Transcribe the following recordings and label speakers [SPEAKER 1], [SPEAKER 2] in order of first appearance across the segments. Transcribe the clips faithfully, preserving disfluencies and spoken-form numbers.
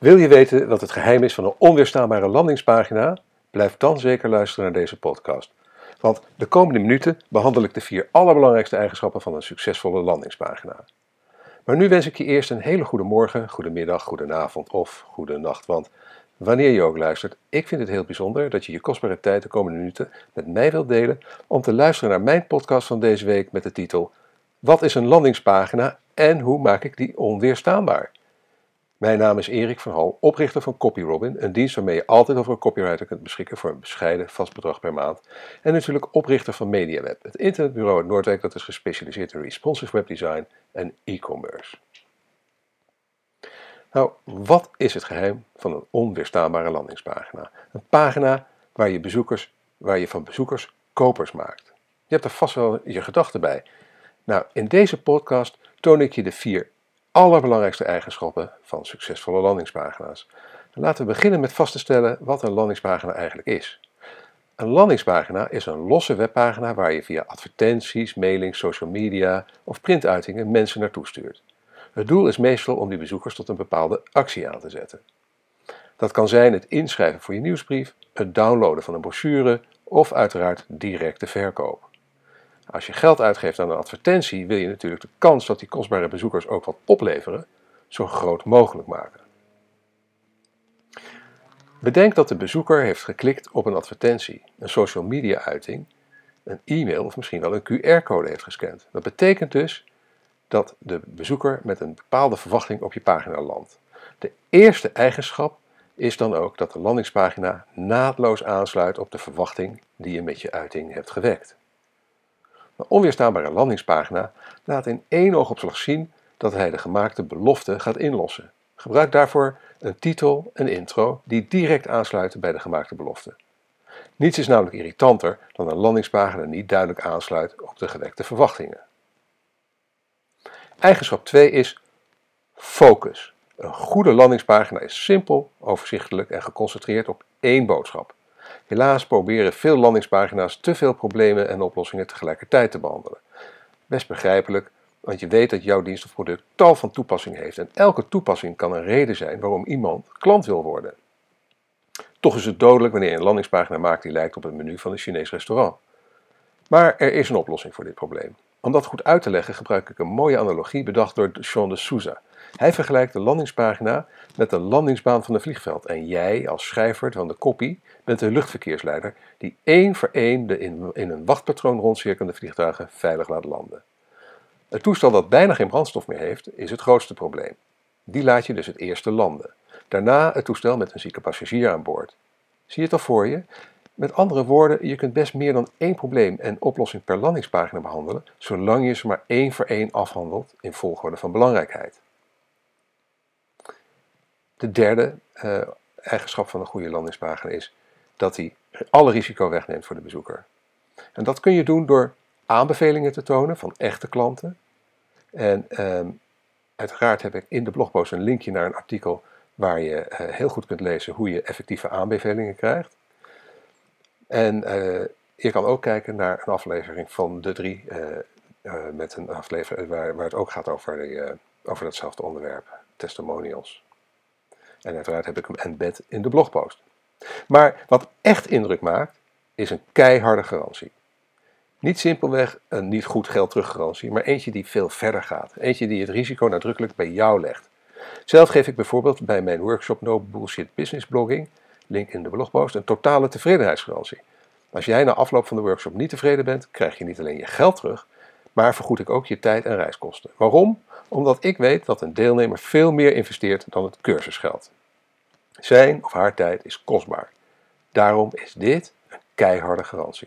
[SPEAKER 1] Wil je weten wat het geheim is van een onweerstaanbare landingspagina? Blijf dan zeker luisteren naar deze podcast. Want de komende minuten behandel ik de vier allerbelangrijkste eigenschappen van een succesvolle landingspagina. Maar nu wens ik je eerst een hele goede morgen, goede middag, goede avond of goede nacht. Want wanneer je ook luistert, ik vind het heel bijzonder dat je je kostbare tijd de komende minuten met mij wilt delen om te luisteren naar mijn podcast van deze week met de titel Wat is een landingspagina en hoe maak ik die onweerstaanbaar? Mijn naam is Erik van Hal, oprichter van CopyRobin, een dienst waarmee je altijd over een copywriter kunt beschikken voor een bescheiden vast bedrag per maand. En natuurlijk oprichter van MediaWeb, het internetbureau uit Noordwijk dat is gespecialiseerd in responsive webdesign en e-commerce. Nou, wat is het geheim van een onweerstaanbare landingspagina? Een pagina waar je, bezoekers, waar je van bezoekers kopers maakt. Je hebt er vast wel je gedachten bij. Nou, in deze podcast toon ik je de vier allerbelangrijkste eigenschappen van succesvolle landingspagina's. Laten we beginnen met vast te stellen wat een landingspagina eigenlijk is. Een landingspagina is een losse webpagina waar je via advertenties, mailings, social media of printuitingen mensen naartoe stuurt. Het doel is meestal om die bezoekers tot een bepaalde actie aan te zetten. Dat kan zijn het inschrijven voor je nieuwsbrief, het downloaden van een brochure of uiteraard directe verkoop. Als je geld uitgeeft aan een advertentie, wil je natuurlijk de kans dat die kostbare bezoekers ook wat opleveren, zo groot mogelijk maken. Bedenk dat de bezoeker heeft geklikt op een advertentie, een social media uiting, een e-mail of misschien wel een Q R-code heeft gescand. Dat betekent dus dat de bezoeker met een bepaalde verwachting op je pagina landt. De eerste eigenschap is dan ook dat de landingspagina naadloos aansluit op de verwachting die je met je uiting hebt gewekt. Een onweerstaanbare landingspagina laat in één oogopslag zien dat hij de gemaakte belofte gaat inlossen. Gebruik daarvoor een titel en intro die direct aansluiten bij de gemaakte belofte. Niets is namelijk irritanter dan een landingspagina niet duidelijk aansluit op de gewekte verwachtingen. Eigenschap twee is focus. Een goede landingspagina is simpel, overzichtelijk en geconcentreerd op één boodschap. Helaas proberen veel landingspagina's te veel problemen en oplossingen tegelijkertijd te behandelen. Best begrijpelijk, want je weet dat jouw dienst of product tal van toepassingen heeft en elke toepassing kan een reden zijn waarom iemand klant wil worden. Toch is het dodelijk wanneer je een landingspagina maakt die lijkt op het menu van een Chinees restaurant. Maar er is een oplossing voor dit probleem. Om dat goed uit te leggen gebruik ik een mooie analogie bedacht door Sean de Souza. Hij vergelijkt de landingspagina met de landingsbaan van een vliegveld en jij als schrijver van de copy bent de luchtverkeersleider die één voor één de in, in een wachtpatroon rondcirkelende vliegtuigen veilig laat landen. Het toestel dat bijna geen brandstof meer heeft is het grootste probleem. Die laat je dus het eerste landen. Daarna het toestel met een zieke passagier aan boord. Zie je het al voor je? Met andere woorden, je kunt best meer dan één probleem en oplossing per landingspagina behandelen, zolang je ze maar één voor één afhandelt in volgorde van belangrijkheid. De derde uh, eigenschap van een goede landingspagina is dat hij alle risico wegneemt voor de bezoeker. En dat kun je doen door aanbevelingen te tonen van echte klanten. En um, uiteraard heb ik in de blogpost een linkje naar een artikel waar je uh, heel goed kunt lezen hoe je effectieve aanbevelingen krijgt. En uh, je kan ook kijken naar een aflevering van de drie, uh, uh, met een aflevering waar, waar het ook gaat over, de, uh, over datzelfde onderwerp, testimonials. En uiteraard heb ik hem embed in de blogpost. Maar wat echt indruk maakt, is een keiharde garantie. Niet simpelweg een niet goed geld teruggarantie, maar eentje die veel verder gaat. Eentje die het risico nadrukkelijk bij jou legt. Zelf geef ik bijvoorbeeld bij mijn workshop No Bullshit Business Blogging, link in de blogpost, een totale tevredenheidsgarantie. Als jij na afloop van de workshop niet tevreden bent, krijg je niet alleen je geld terug, maar vergoed ik ook je tijd en reiskosten. Waarom? Omdat ik weet dat een deelnemer veel meer investeert dan het cursusgeld. Zijn of haar tijd is kostbaar. Daarom is dit een keiharde garantie.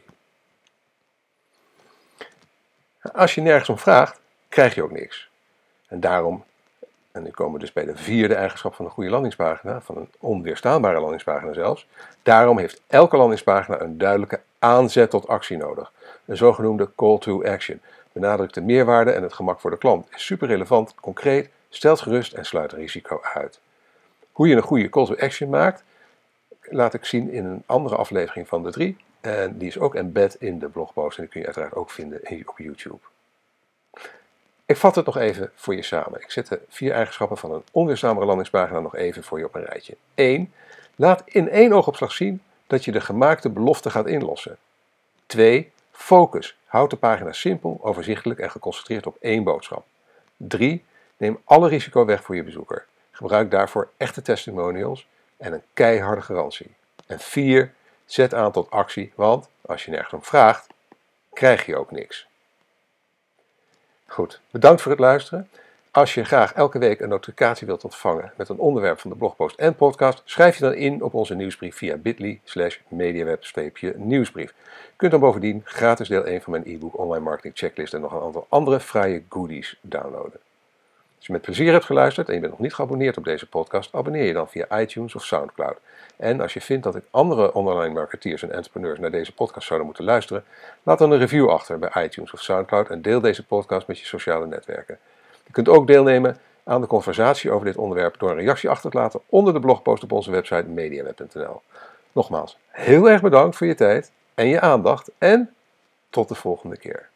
[SPEAKER 1] Als je nergens om vraagt, krijg je ook niks. En daarom, en nu komen we dus bij de vierde eigenschap van een goede landingspagina, van een onweerstaanbare landingspagina zelfs. Daarom heeft elke landingspagina een duidelijke aanzet tot actie nodig. Een zogenoemde call to action. Benadrukt de meerwaarde en het gemak voor de klant. Is super relevant, concreet, stelt gerust en sluit risico uit. Hoe je een goede call to action maakt, laat ik zien in een andere aflevering van de drie. En die is ook embed in de blogpost en die kun je uiteraard ook vinden op YouTube. Ik vat het nog even voor je samen. Ik zet de vier eigenschappen van een onweerstaanbare landingspagina nog even voor je op een rijtje. één. Laat in één oogopslag zien dat je de gemaakte belofte gaat inlossen. twee. Focus. Houd de pagina simpel, overzichtelijk en geconcentreerd op één boodschap. drie. Neem alle risico weg voor je bezoeker. Gebruik daarvoor echte testimonials en een keiharde garantie. En vier. Zet aan tot actie, want als je nergens om vraagt, krijg je ook niks. Goed, bedankt voor het luisteren. Als je graag elke week een notificatie wilt ontvangen met een onderwerp van de blogpost en podcast, schrijf je dan in op onze nieuwsbrief via bit.ly slash mediaweb-nieuwsbrief. Je kunt dan bovendien gratis deel één van mijn e-book Online Marketing Checklist en nog een aantal andere fraaie goodies downloaden. Als je met plezier hebt geluisterd en je bent nog niet geabonneerd op deze podcast, abonneer je dan via iTunes of Soundcloud. En als je vindt dat ik andere online marketeers en entrepreneurs naar deze podcast zouden moeten luisteren, laat dan een review achter bij iTunes of Soundcloud en deel deze podcast met je sociale netwerken. Je kunt ook deelnemen aan de conversatie over dit onderwerp door een reactie achter te laten onder de blogpost op onze website mediaweb punt n l. Nogmaals, heel erg bedankt voor je tijd en je aandacht en tot de volgende keer.